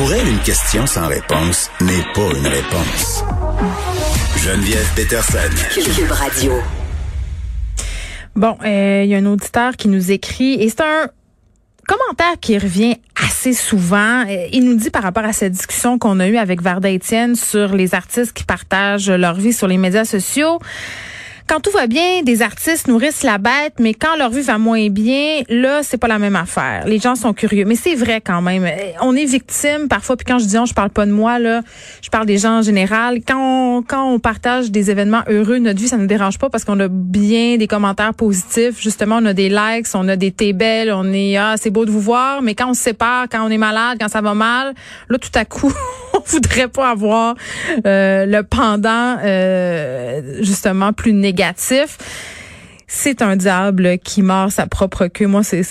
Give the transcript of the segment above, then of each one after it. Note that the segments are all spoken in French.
Pour elle, une question sans réponse n'est pas une réponse. Geneviève Peterson. Cube Radio. Bon, il y a un auditeur qui nous écrit et c'est un commentaire qui revient assez souvent. Il nous dit par rapport à cette discussion qu'on a eue avec Varda Étienne sur les artistes qui partagent leur vie sur les médias sociaux. Quand tout va bien, des artistes nourrissent la bête, mais quand leur vie va moins bien, là, c'est pas la même affaire. Les gens sont curieux. Mais c'est vrai quand même. On est victime parfois, puis quand je dis on, je parle pas de moi, là, je parle des gens en général. Quand on partage des événements heureux, notre vie, ça nous dérange pas parce qu'on a bien des commentaires positifs. Justement, on a des likes, on a des t'es belle, on est c'est beau de vous voir, mais quand on se sépare, quand on est malade, quand ça va mal, là, tout à coup, on voudrait pas avoir le pendant justement plus négatif. C'est un diable qui mord sa propre queue. Moi, c'est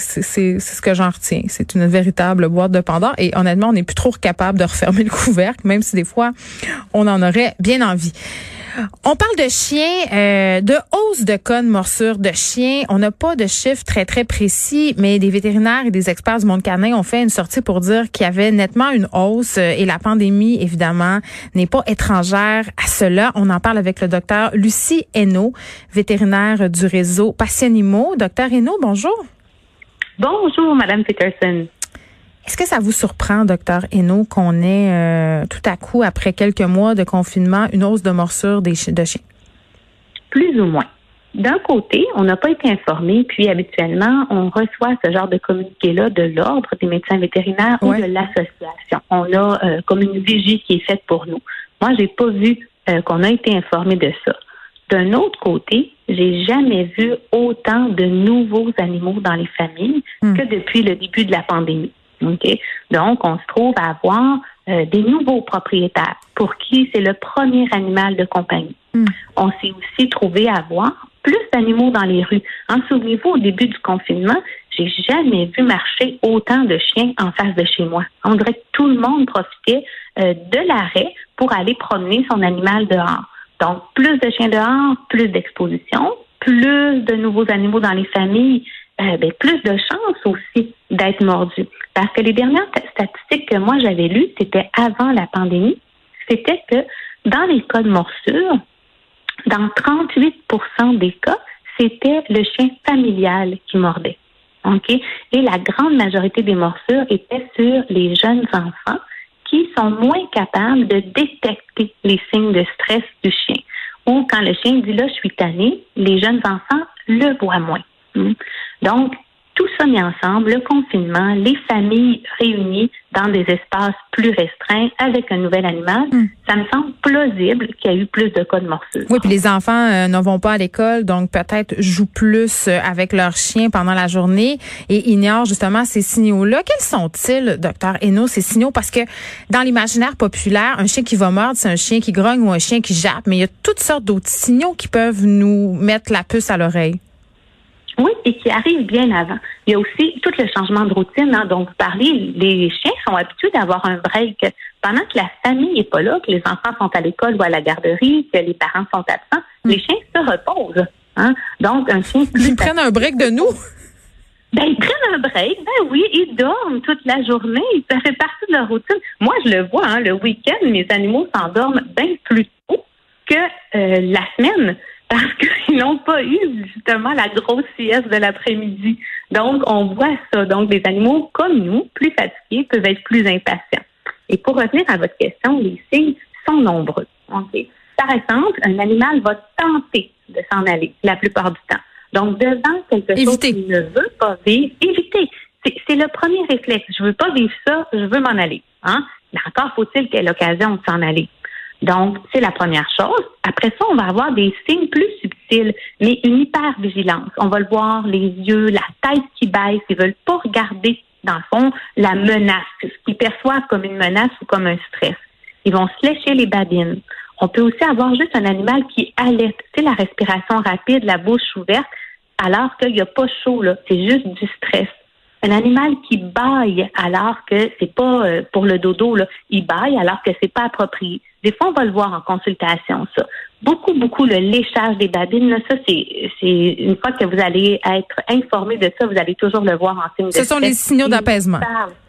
ce que j'en retiens. C'est une véritable boîte de Pandore. Et honnêtement, on n'est plus trop capable de refermer le couvercle, même si des fois, on en aurait bien envie. On parle de chiens, de hausse de cas de morsures de chiens. On n'a pas de chiffres très, très précis, mais des vétérinaires et des experts du monde canin ont fait une sortie pour dire qu'il y avait nettement une hausse et la pandémie, évidemment, n'est pas étrangère à cela. On en parle avec le docteur Lucie Hainaut, vétérinaire du réseau Passionimo. Docteur Hainaut, bonjour. Bonjour, Madame Peterson. Est-ce que ça vous surprend, docteur Hainaut, qu'on ait tout à coup, après quelques mois de confinement, une hausse de morsures de chiens? Plus ou moins. D'un côté, on n'a pas été informé, puis habituellement, on reçoit ce genre de communiqué-là de l'Ordre des médecins vétérinaires ou de l'association. On a comme une vigie qui est faite pour nous. Moi, j'ai pas vu qu'on a été informé de ça. D'un autre côté, j'ai jamais vu autant de nouveaux animaux dans les familles que depuis le début de la pandémie. Okay? Donc, on se trouve à avoir des nouveaux propriétaires pour qui c'est le premier animal de compagnie. On s'est aussi trouvé à avoir plus d'animaux dans les rues. Souvenez-vous, au début du confinement, j'ai jamais vu marcher autant de chiens en face de chez moi. On dirait que tout le monde profitait de l'arrêt pour aller promener son animal dehors. Donc, plus de chiens dehors, plus d'exposition, plus de nouveaux animaux dans les familles, plus de chances aussi d'être mordus. Parce que les dernières statistiques que moi j'avais lues, c'était avant la pandémie, c'était que dans les cas de morsure, dans 38% des cas, c'était le chien familial qui mordait. Okay? Et la grande majorité des morsures étaient sur les jeunes enfants qui sont moins capables de détecter les signes de stress du chien. Ou quand le chien dit « là, je suis tanné », les jeunes enfants le voient moins. Donc, tout ça mis ensemble, le confinement, les familles réunies dans des espaces plus restreints avec un nouvel animal, ça me semble plausible qu'il y a eu plus de cas de morsure. Oui, puis les enfants ne vont pas à l'école, donc peut-être jouent plus avec leurs chiens pendant la journée et ignorent justement ces signaux-là. Quels sont-ils, docteur Hainaut, ces signaux? Parce que dans l'imaginaire populaire, un chien qui va mordre, c'est un chien qui grogne ou un chien qui jappe, mais il y a toutes sortes d'autres signaux qui peuvent nous mettre la puce à l'oreille. Oui, et qui arrive bien avant. Il y a aussi tout le changement de routine dont vous parlez. Les chiens sont habitués d'avoir un break. Pendant que la famille n'est pas là, que les enfants sont à l'école ou à la garderie, que les parents sont absents, les chiens se reposent. Donc, un chien... Ils prennent un break de nous? Ils prennent un break, oui, ils dorment toute la journée. Ça fait partie de leur routine. Moi, je le vois, le week-end, mes animaux s'endorment bien plus tôt que la semaine. Parce qu'ils n'ont pas eu, justement, la grosse sieste de l'après-midi. Donc, on voit ça. Donc, des animaux comme nous, plus fatigués, peuvent être plus impatients. Et pour revenir à votre question, les signes sont nombreux. Okay? Par exemple, un animal va tenter de s'en aller la plupart du temps. Donc, devant quelque chose qu'il ne veut pas vivre, éviter. C'est le premier réflexe. Je veux pas vivre ça, je veux m'en aller. Mais encore faut-il qu'il y ait l'occasion de s'en aller. Donc, c'est la première chose. Après ça, on va avoir des signes plus subtils, mais une hypervigilance. On va le voir, les yeux, la tête qui baisse. Ils veulent pas regarder, dans le fond, la menace, ce qu'ils perçoivent comme une menace ou comme un stress. Ils vont se lécher les babines. On peut aussi avoir juste un animal qui halète. Tu sais, la respiration rapide, la bouche ouverte, alors qu'il n'y a pas chaud, là. C'est juste du stress. Un animal qui bâille alors que c'est pas pour le dodo, là. Il bâille alors que c'est pas approprié. Des fois, on va le voir en consultation, ça. Beaucoup, le léchage des babines, là, ça, c'est une fois que vous allez être informé de ça, vous allez toujours le voir en signe de stress. Ce sont les signaux d'apaisement.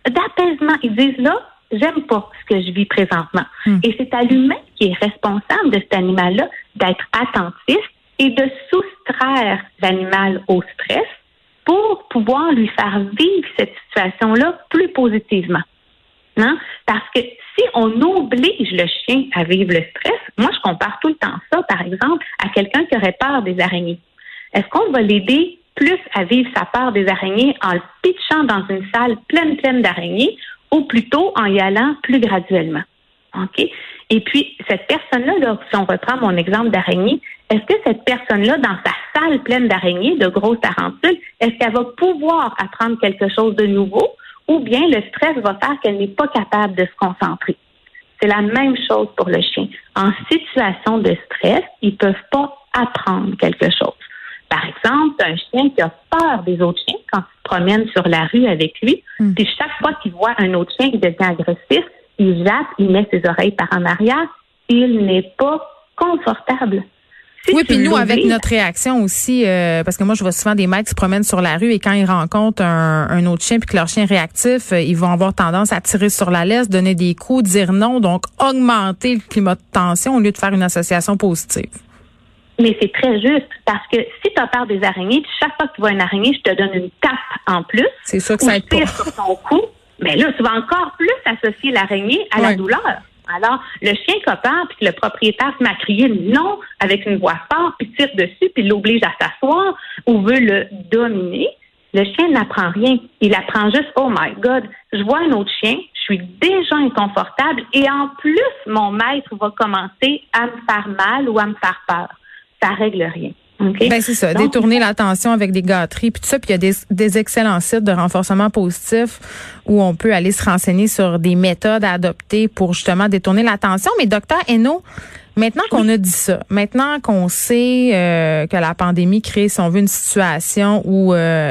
d'apaisement. Ils disent là, j'aime pas ce que je vis présentement. Et c'est à l'humain qui est responsable de cet animal-là d'être attentif et de soustraire l'animal au stress pour pouvoir lui faire vivre cette situation-là plus positivement. Non? Parce que si on oblige le chien à vivre le stress, moi je compare tout le temps ça, par exemple, à quelqu'un qui aurait peur des araignées. Est-ce qu'on va l'aider plus à vivre sa peur des araignées en le pitchant dans une salle pleine d'araignées ou plutôt en y allant plus graduellement? OK? Et puis, cette personne-là, là, si on reprend mon exemple d'araignée, est-ce que cette personne-là, dans sa salle pleine d'araignées, de grosses tarentules, est-ce qu'elle va pouvoir apprendre quelque chose de nouveau ou bien le stress va faire qu'elle n'est pas capable de se concentrer? C'est la même chose pour le chien. En situation de stress, ils ne peuvent pas apprendre quelque chose. Par exemple, un chien qui a peur des autres chiens quand il se promène sur la rue avec lui, puis chaque fois qu'il voit un autre chien qui devient agressif, il jappe, il met ses oreilles par en arrière, il n'est pas confortable. Oui, puis nous, avec notre réaction aussi, parce que moi, je vois souvent des maîtres qui se promènent sur la rue et quand ils rencontrent un autre chien puis que leur chien est réactif, ils vont avoir tendance à tirer sur la laisse, donner des coups, dire non, donc augmenter le climat de tension au lieu de faire une association positive. Mais c'est très juste, parce que si tu as peur des araignées, chaque fois que tu vois une araignée, je te donne une tape en plus. C'est ça que ça aide pas. Sur ton cou, mais là, tu vas encore plus associer l'araignée à la douleur. Alors, le chien qui a peur, puis que le propriétaire se met à crier non avec une voix forte, puis tire dessus, puis l'oblige à s'asseoir ou veut le dominer, le chien n'apprend rien. Il apprend juste, oh my God, je vois un autre chien, je suis déjà inconfortable et en plus, mon maître va commencer à me faire mal ou à me faire peur. Ça règle rien. Okay? Ben c'est ça, donc, détourner l'attention avec des gâteries puis tout ça, puis il y a des excellents sites de renforcement positif où on peut aller se renseigner sur des méthodes à adopter pour justement détourner l'attention. Mais docteur Hainaut, maintenant qu'on a dit ça, maintenant qu'on sait que la pandémie crée, si on veut, une situation où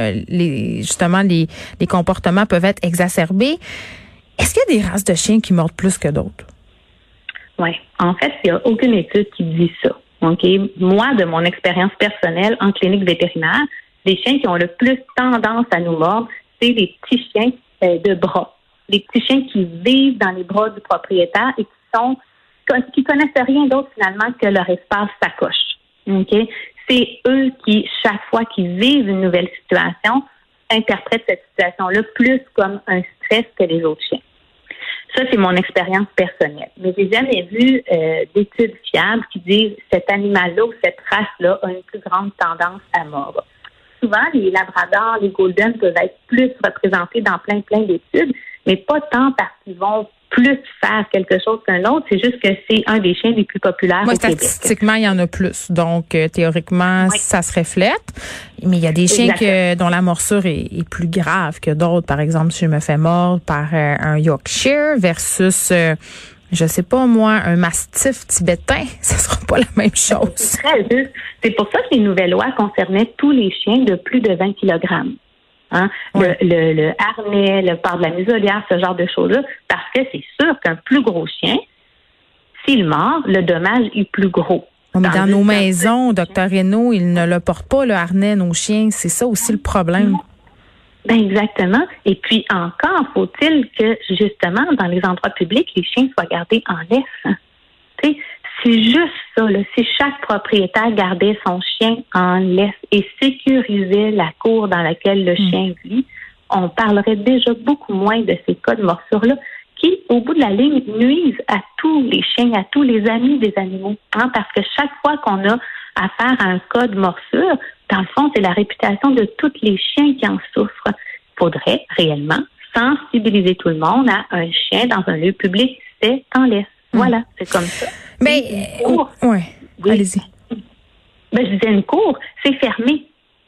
les comportements peuvent être exacerbés, est-ce qu'il y a des races de chiens qui mordent plus que d'autres? Oui, en fait, il n'y a aucune étude qui dit ça. Okay. Moi, de mon expérience personnelle en clinique vétérinaire, les chiens qui ont le plus tendance à nous mordre, c'est les petits chiens de bras. Les petits chiens qui vivent dans les bras du propriétaire et qui connaissent rien d'autre finalement que leur espace sacoche. Okay. C'est eux qui, chaque fois qu'ils vivent une nouvelle situation, interprètent cette situation-là plus comme un stress que les autres chiens. Ça, c'est mon expérience personnelle. Mais j'ai jamais vu d'études fiables qui disent cet animal-là ou cette race-là a une plus grande tendance à mordre. Souvent, les labradors, les golden peuvent être plus représentés dans plein d'études, mais pas tant parce qu'ils vont plus faire quelque chose qu'un autre. C'est juste que c'est un des chiens les plus populaires au Québec. Statistiquement, il y en a plus. Donc, théoriquement, ça se reflète. Mais il y a des chiens dont la morsure est plus grave que d'autres. Par exemple, si je me fais mordre par un Yorkshire versus, je sais pas moi, un mastif tibétain, ça sera pas la même chose. C'est très juste. C'est pour ça que les nouvelles lois concernaient tous les chiens de plus de 20 kg. Hein? Le harnais, le port de la muselière, ce genre de choses-là, parce que c'est sûr qu'un plus gros chien, s'il mord, le dommage est plus gros. Mais dans nos maisons, docteur Hainaut, ils ne le portent pas, le harnais, nos chiens. C'est ça aussi le problème. Ben exactement. Et puis encore, faut-il que, justement, dans les endroits publics, les chiens soient gardés en laisse. Hein? Tu sais, c'est juste ça. Là. Si chaque propriétaire gardait son chien en laisse et sécurisait la cour dans laquelle le chien vit, on parlerait déjà beaucoup moins de ces cas de morsure-là qui, au bout de la ligne, nuisent à tous les chiens, à tous les amis des animaux. Hein, parce que chaque fois qu'on a affaire à un cas de morsure, dans le fond, c'est la réputation de tous les chiens qui en souffrent. Il faudrait réellement sensibiliser tout le monde à un chien dans un lieu public, c'est en laisse. Voilà, c'est comme ça. Mais, allez-y. Ben, je disais une cour, c'est fermé.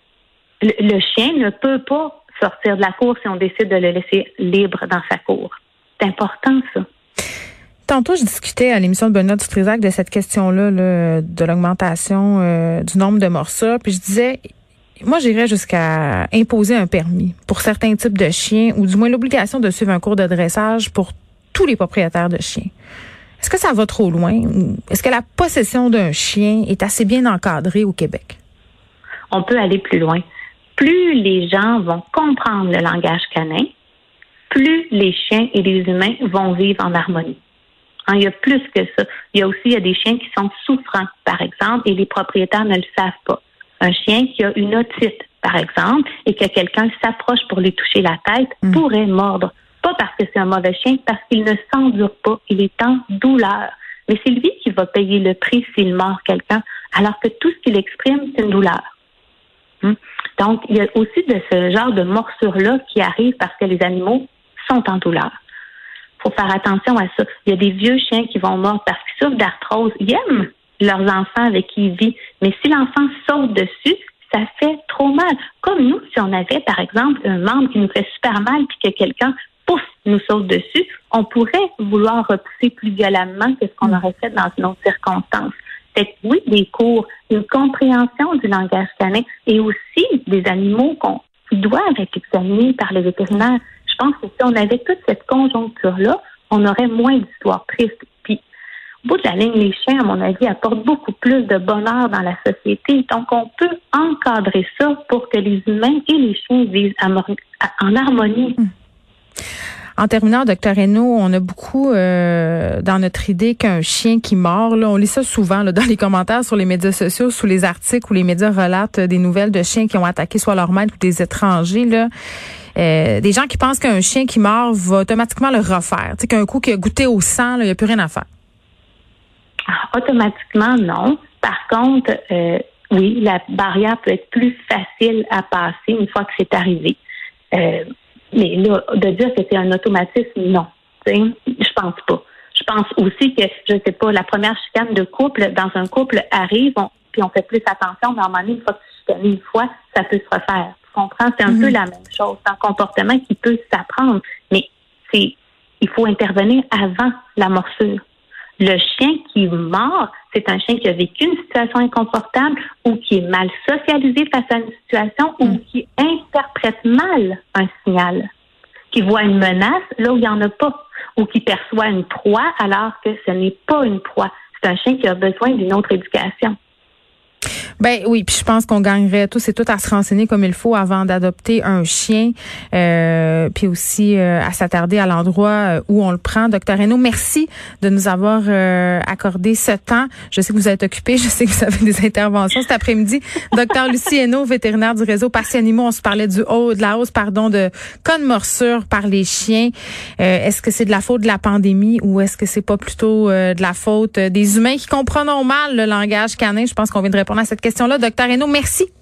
Le chien ne peut pas sortir de la cour si on décide de le laisser libre dans sa cour. C'est important, ça. Tantôt, je discutais à l'émission de Benoît Dutrisac de cette question-là, là, de l'augmentation du nombre de morsures. Puis je disais, moi, j'irais jusqu'à imposer un permis pour certains types de chiens, ou du moins l'obligation de suivre un cours de dressage pour tous les propriétaires de chiens. Est-ce que ça va trop loin? Est-ce que la possession d'un chien est assez bien encadrée au Québec? On peut aller plus loin. Plus les gens vont comprendre le langage canin, plus les chiens et les humains vont vivre en harmonie. Il y a plus que ça. Il y a des chiens qui sont souffrants, par exemple, et les propriétaires ne le savent pas. Un chien qui a une otite, par exemple, et que quelqu'un s'approche pour lui toucher la tête, pourrait mordre. Pas parce que c'est un mauvais chien, parce qu'il ne s'endure pas. Il est en douleur. Mais c'est lui qui va payer le prix s'il mord quelqu'un, alors que tout ce qu'il exprime, c'est une douleur. Donc, il y a aussi de ce genre de morsure-là qui arrive parce que les animaux sont en douleur. Il faut faire attention à ça. Il y a des vieux chiens qui vont mordre parce qu'ils souffrent d'arthrose. Ils aiment leurs enfants avec qui ils vivent. Mais si l'enfant saute dessus, ça fait trop mal. Comme nous, si on avait, par exemple, un membre qui nous fait super mal puis que quelqu'un, pouf, nous saute dessus, on pourrait vouloir repousser plus violemment que ce qu'on aurait fait dans une autre circonstance. Fait que oui, des cours, une compréhension du langage canin et aussi des animaux qui doivent être examinés par les vétérinaires. Je pense que si on avait toute cette conjoncture-là, on aurait moins d'histoires tristes. Puis, au bout de la ligne, les chiens, à mon avis, apportent beaucoup plus de bonheur dans la société. Donc, on peut encadrer ça pour que les humains et les chiens vivent en harmonie. En terminant, Dr Hainaut, on a beaucoup dans notre idée qu'un chien qui mord, là, on lit ça souvent là, dans les commentaires sur les médias sociaux, sous les articles où les médias relatent des nouvelles de chiens qui ont attaqué soit leur maître ou des étrangers. Là. Des gens qui pensent qu'un chien qui mord va automatiquement le refaire. Tu sais, qu'un coup qui a goûté au sang, il n'y a plus rien à faire. Automatiquement, non. Par contre, oui, la barrière peut être plus facile à passer une fois que c'est arrivé. Mais là, de dire que c'est un automatisme, non. Je pense pas. Je pense aussi que, je sais pas, la première chicane de couple, dans un couple arrive, puis on fait plus attention, mais à un moment donné, une fois que tu chicanes une fois, ça peut se refaire. Tu comprends? C'est un peu la même chose. C'est un comportement qui peut s'apprendre, mais il faut intervenir avant la morsure. Le chien qui mord, c'est un chien qui a vécu une situation inconfortable ou qui est mal socialisé face à une situation ou qui interprète mal un signal, qui voit une menace là où il n'y en a pas ou qui perçoit une proie alors que ce n'est pas une proie. C'est un chien qui a besoin d'une autre éducation. Ben oui, puis je pense qu'on gagnerait tous et toutes à se renseigner comme il faut avant d'adopter un chien, puis aussi à s'attarder à l'endroit où on le prend. Dr Hainaut, merci de nous avoir accordé ce temps. Je sais que vous êtes occupé, je sais que vous avez des interventions cet après-midi. Dr Lucie Hainaut, vétérinaire du réseau Passi Animaux, on se parlait de la hausse de cas de morsure par les chiens. Est-ce que c'est de la faute de la pandémie ou est-ce que c'est pas plutôt de la faute des humains qui comprenons mal le langage canin? Je pense qu'on vient de répondre à cette question-là. Dr Hainaut, merci.